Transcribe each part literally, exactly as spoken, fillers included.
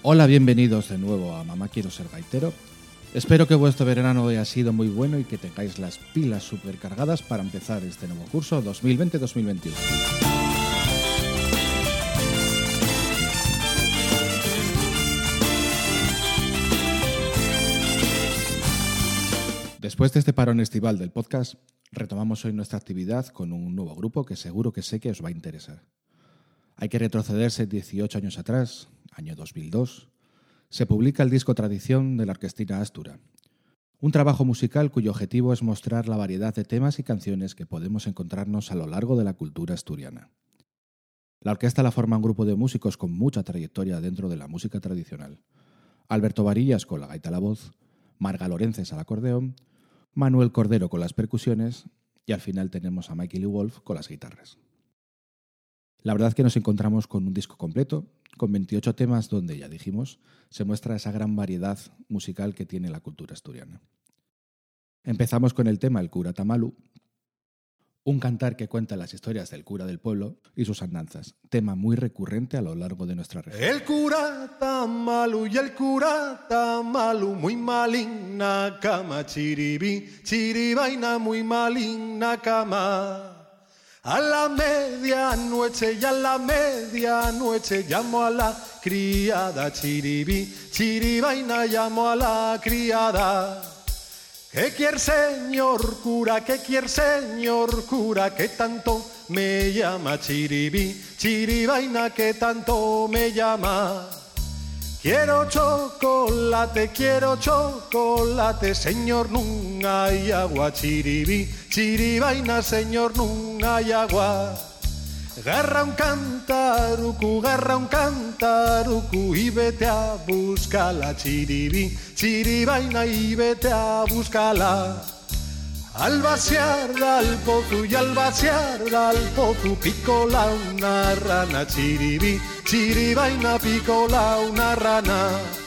Hola, bienvenidos de nuevo a Mamá Quiero Ser Gaitero. Espero que vuestro verano haya sido muy bueno y que tengáis las pilas supercargadas para empezar este nuevo curso dos mil veinte dos mil veintiuno. Después de este parón estival del podcast, retomamos hoy nuestra actividad con un nuevo grupo que seguro que sé que os va a interesar. Hay que retrocederse dieciocho años atrás, año dos mil dos. Se publica el disco Tradición de la Orquestina Astura, un trabajo musical cuyo objetivo es mostrar la variedad de temas y canciones que podemos encontrarnos a lo largo de la cultura asturiana. La orquesta la forma un grupo de músicos con mucha trayectoria dentro de la música tradicional. Alberto Varillas con la gaita a la voz, Marga Lorences al acordeón, Manuel Cordero con las percusiones y al final tenemos a Michael Wolf con las guitarras. La verdad es que nos encontramos con un disco completo, con veintiocho temas donde, ya dijimos, se muestra esa gran variedad musical que tiene la cultura asturiana. Empezamos con el tema El Cura Tamalu, un cantar que cuenta las historias del cura del pueblo y sus andanzas, tema muy recurrente a lo largo de nuestra región. El cura Tamalu y el cura Tamalu, muy maligna cama, chiribí, chiribaina, muy maligna cama. A la medianoche y a la medianoche llamo a la criada, chiribí, chiribaina, llamo a la criada. ¿Qué quiere señor cura? ¿Qué quiere señor cura? ¿Qué tanto me llama, chiribí, chiribaina, que tanto me llama? Quiero chocolate, quiero chocolate, señor, nun hay agua, chiribí, chiribaina, señor, nun hay agua. Garra un cantarucu, garra un cantarucu y vete a buscarla, chiribí, chiribaina, y vete a buscarla. Al vaciar al pozo y al vaciar al pozo picola una rana, chiribí, chiribaina, picola una rana.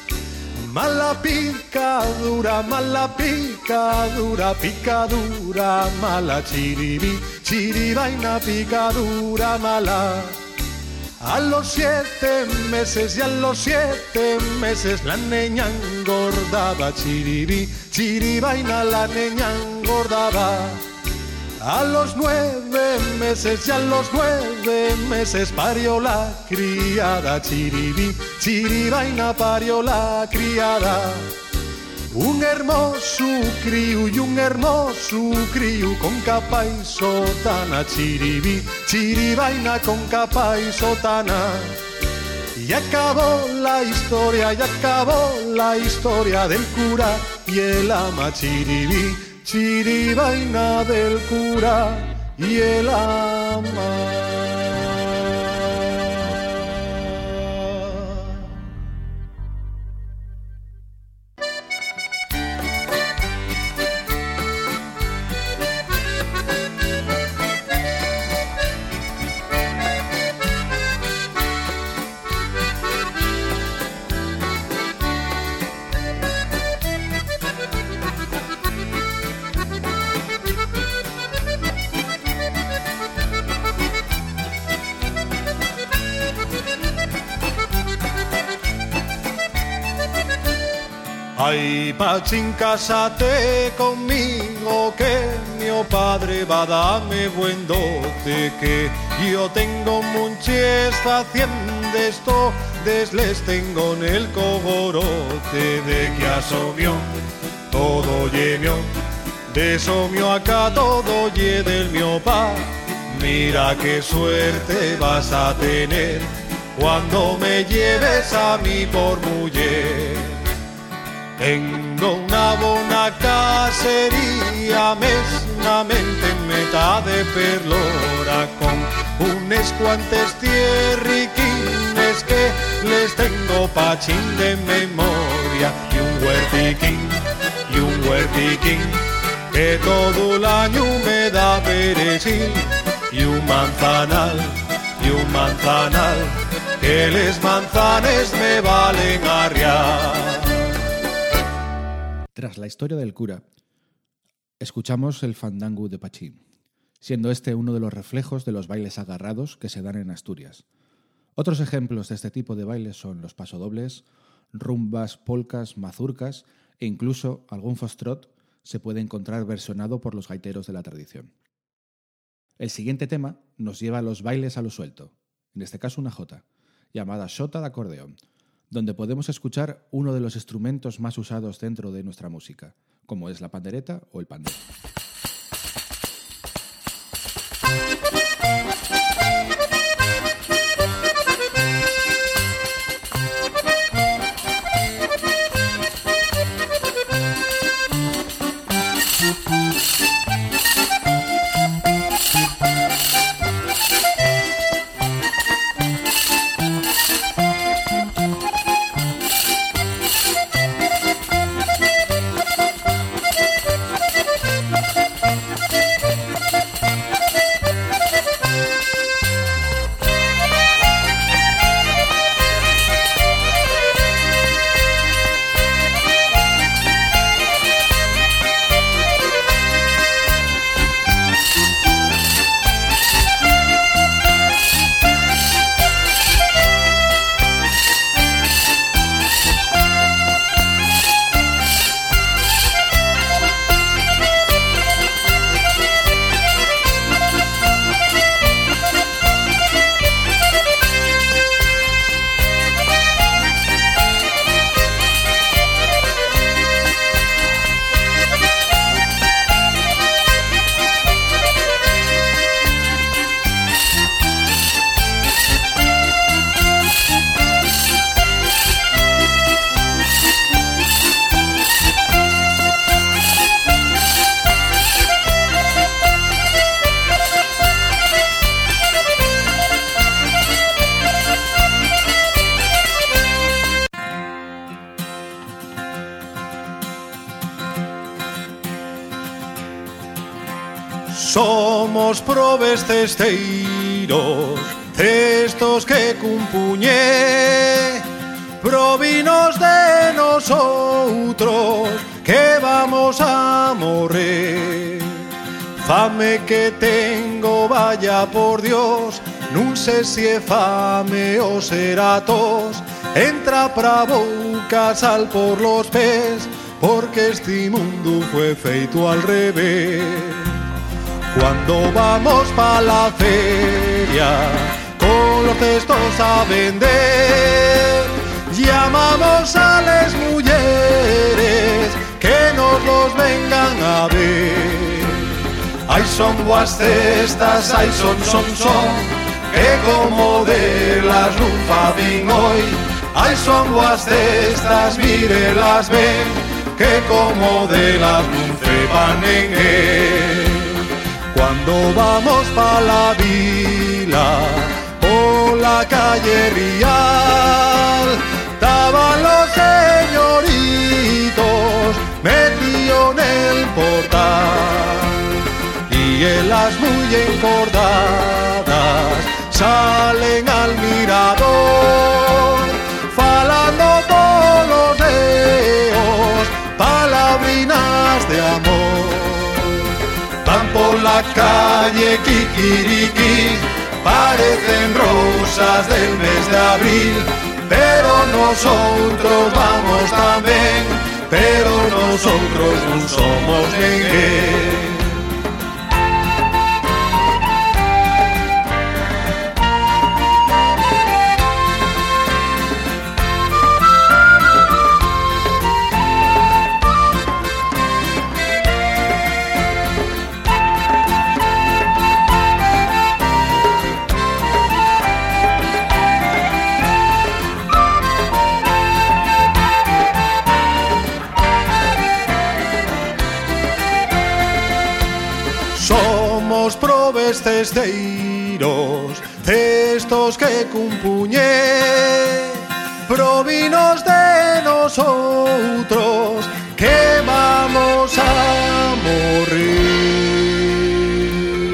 Mala picadura, mala picadura, picadura mala, chiribí, chiribaina, picadura mala. A los siete meses y a los siete meses la niña engordaba, chiribí, chiribaina, la niña engordaba. A los nueve meses y a los nueve meses parió la criada, chiribí, chiribaina, parió la criada. Un hermoso crío y un hermoso crío con capa y sotana, chiribí, chiribaina, con capa y sotana. Y acabó la historia, y acabó la historia del cura y el ama, chiribí, chiribaina, del cura y el ama. Ay, Pachín, cásate conmigo, que mi padre va a darme buen dote, que yo tengo muchas faciendas, todas les tengo en el cogorote, de que asomió todo lleno, de somió acá todo ye del mio pa. Mira qué suerte vas a tener cuando me lleves a mí por mujer. Tengo una bona casería mesnamente en meta de perlora, con unes cuantes tierriquines que les tengo pachín de memoria, y un huertiquín, y un huertiquín que todo el año me da perejil, y un manzanal, y un manzanal que les manzanes me valen arriar. Tras la historia del cura, escuchamos el fandango de Pachín, siendo este uno de los reflejos de los bailes agarrados que se dan en Asturias. Otros ejemplos de este tipo de bailes son los pasodobles rumbas, polcas, mazurcas e incluso algún foxtrot se puede encontrar versionado por los gaiteros de la tradición. El siguiente tema nos lleva a los bailes a lo suelto, en este caso una jota, llamada xota de acordeón, donde podemos escuchar uno de los instrumentos más usados dentro de nuestra música, como es la pandereta o el pandero. Somos probes cesteiros, cestos que cumpuñé, provinos de nosotros que vamos a morrer. Fame que tengo, vaya por Dios, nun sé si é fame o será tos. Entra pra boca, sal por los pés, porque este mundo fue feito al revés. Cuando vamos pa la feria con los cestos a vender, llamamos a las mujeres que nos los vengan a ver. Ay, son guas cestas, ay, son, son, son, que como de las nunca vin hoy. Ay, son guas cestas, mire las ven, que como de las nunca van en él. Cuando vamos pa la vila, por la calle Rial, estaban los señoritos metidos en el portal. Y en las muy encordadas salen al mirador, falando todos los dedos, palabrinas de amor. Van por la calle Kikiriki, parecen rosas del mes de abril, pero nosotros vamos también, pero nosotros no somos ninguém. Somos probes cesteiros, cestos que cumpuñé, provinos de nosotros que vamos a morir.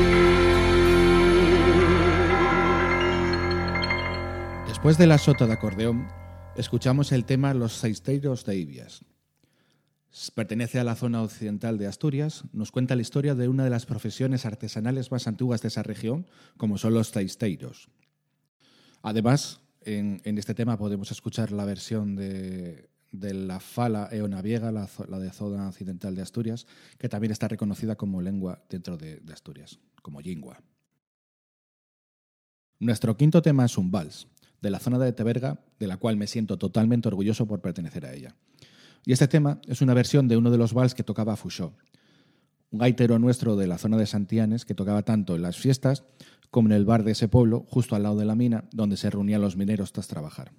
Después de la xota de acordeón, escuchamos el tema Los Cesteiros de Ibias. Pertenece a la zona occidental de Asturias, nos cuenta la historia de una de las profesiones artesanales más antiguas de esa región, como son los cesteiros. Además, en, en este tema podemos escuchar la versión de, de la fala eonaviega, la, la de zona occidental de Asturias, que también está reconocida como lengua dentro de, de Asturias, como lingua. Nuestro quinto tema es un vals, de la zona de Teberga, de la cual me siento totalmente orgulloso por pertenecer a ella. Y este tema es una versión de uno de los vals que tocaba Fouchot, un gaitero nuestro de la zona de Santianes que tocaba tanto en las fiestas como en el bar de ese pueblo, justo al lado de la mina, donde se reunían los mineros tras trabajar.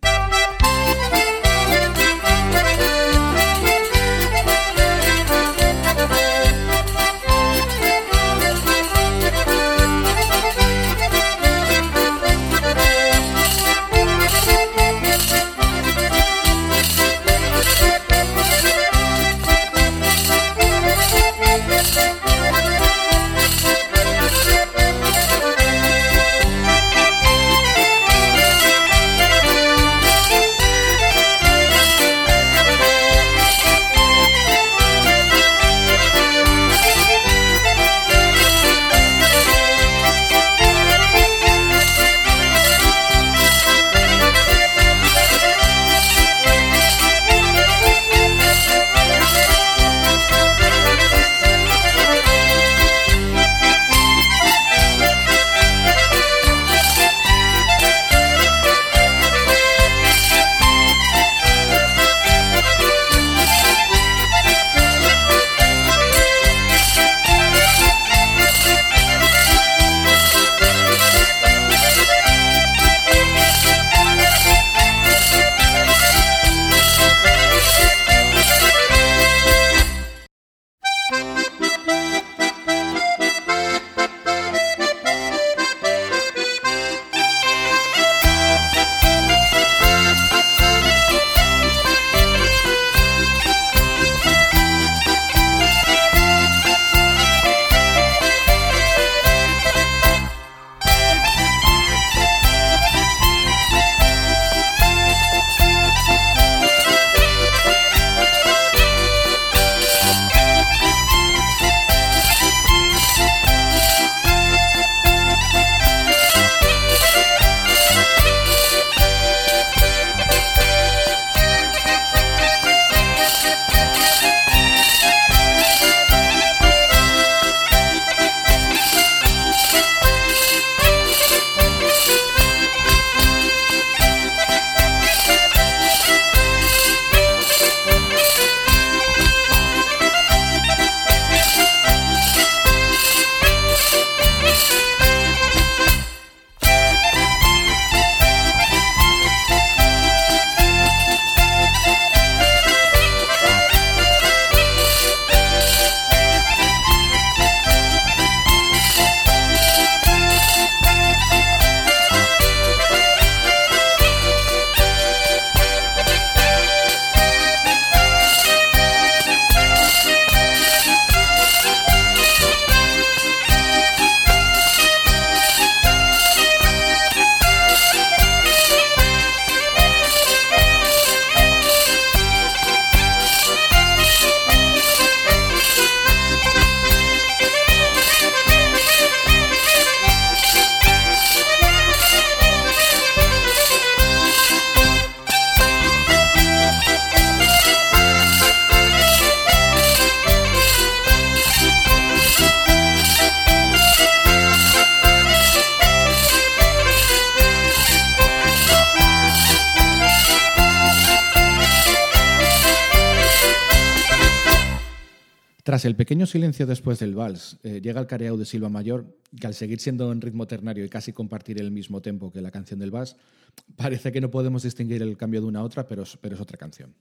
Tras el pequeño silencio después del vals, eh, llega el careau de Silva Mayor, que al seguir siendo en ritmo ternario y casi compartir el mismo tempo que la canción del vals, parece que no podemos distinguir el cambio de una a otra, pero, pero es otra canción.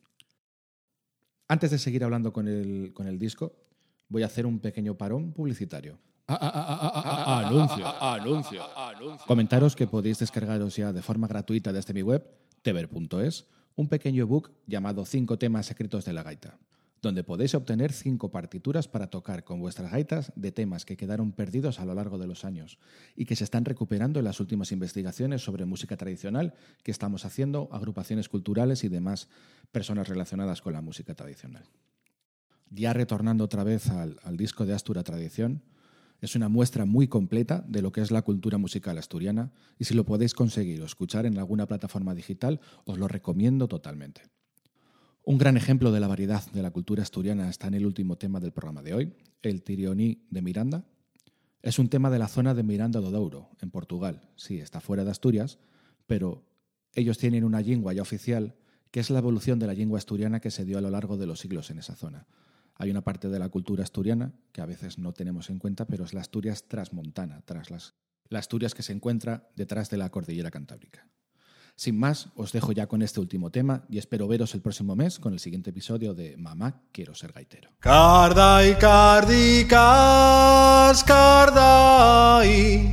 Antes de seguir hablando con el, con el disco, voy a hacer un pequeño parón publicitario. Anuncio, anuncio, anuncio. Comentaros que podéis descargaros ya de forma gratuita desde mi web, teber punto es, un pequeño ebook llamado cinco temas secretos de la gaita, donde podéis obtener cinco partituras para tocar con vuestras gaitas de temas que quedaron perdidos a lo largo de los años y que se están recuperando en las últimas investigaciones sobre música tradicional que estamos haciendo agrupaciones culturales y demás personas relacionadas con la música tradicional. Ya retornando otra vez al, al disco de Astura Tradición, Es una muestra muy completa de lo que es la cultura musical asturiana y si lo podéis conseguir o escuchar en alguna plataforma digital, os lo recomiendo totalmente. Un gran ejemplo de la variedad de la cultura asturiana está en el último tema del programa de hoy, el Tirioní de Miranda. Es un tema de la zona de Miranda do Douro, en Portugal. Sí, está fuera de Asturias, pero ellos tienen una lengua ya oficial que es la evolución de la lengua asturiana que se dio a lo largo de los siglos en esa zona. Hay una parte de la cultura asturiana que a veces no tenemos en cuenta, pero es la Asturias transmontana, tras las, la Asturias que se encuentra detrás de la cordillera cantábrica. Sin más, os dejo ya con este último tema y espero veros el próximo mes con el siguiente episodio de Mamá, quiero ser gaitero. Cardai, cardicas, cardai,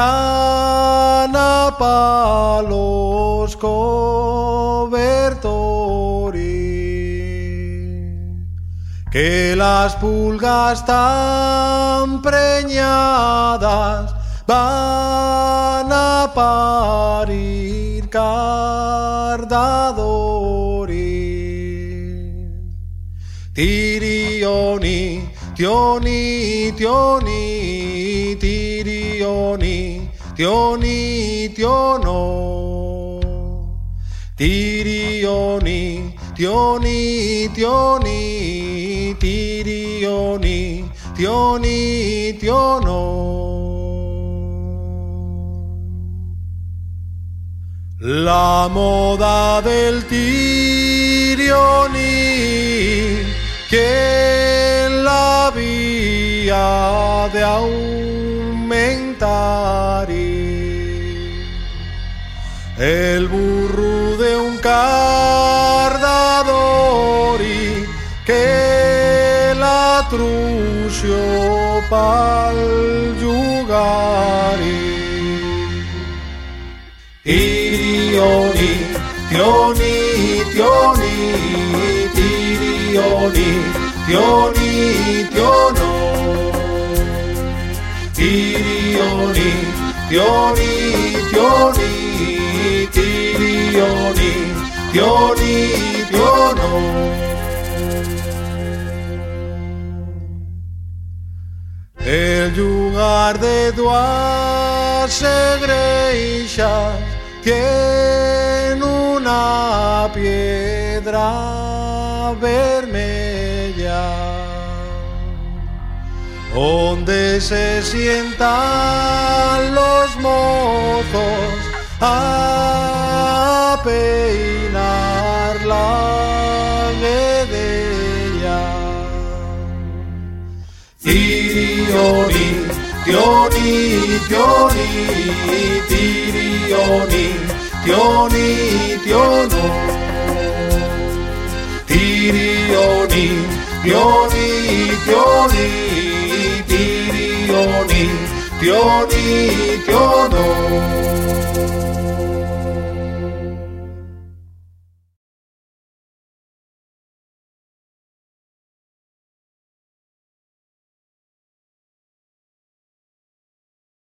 llana palos cobertori. Que las pulgas tan preñadas van a parir cardadores. Tirioni, tioni, tioni, tirioni, tioni, tiono. Tirioni, tioni, tioni, tirioni, tioni, tiono. La moda del tirioni, ¿quién la había de aumentar? El burro de un cardadori que la trució pa'l yugari. Tirioni, tioni, tioni, tirioni, tioni, tiono. Tirioni, tioni, tioni, tirioni, tioni, tiono. El lugar de duas segreixas tiene una piedra vermella donde se sientan los mozos a peinar la vedella. Tirioni, tioni, tioni, tirioni, tioni, tiono. Tirioni, tioni, tioni, tirioni, tioni, tiono.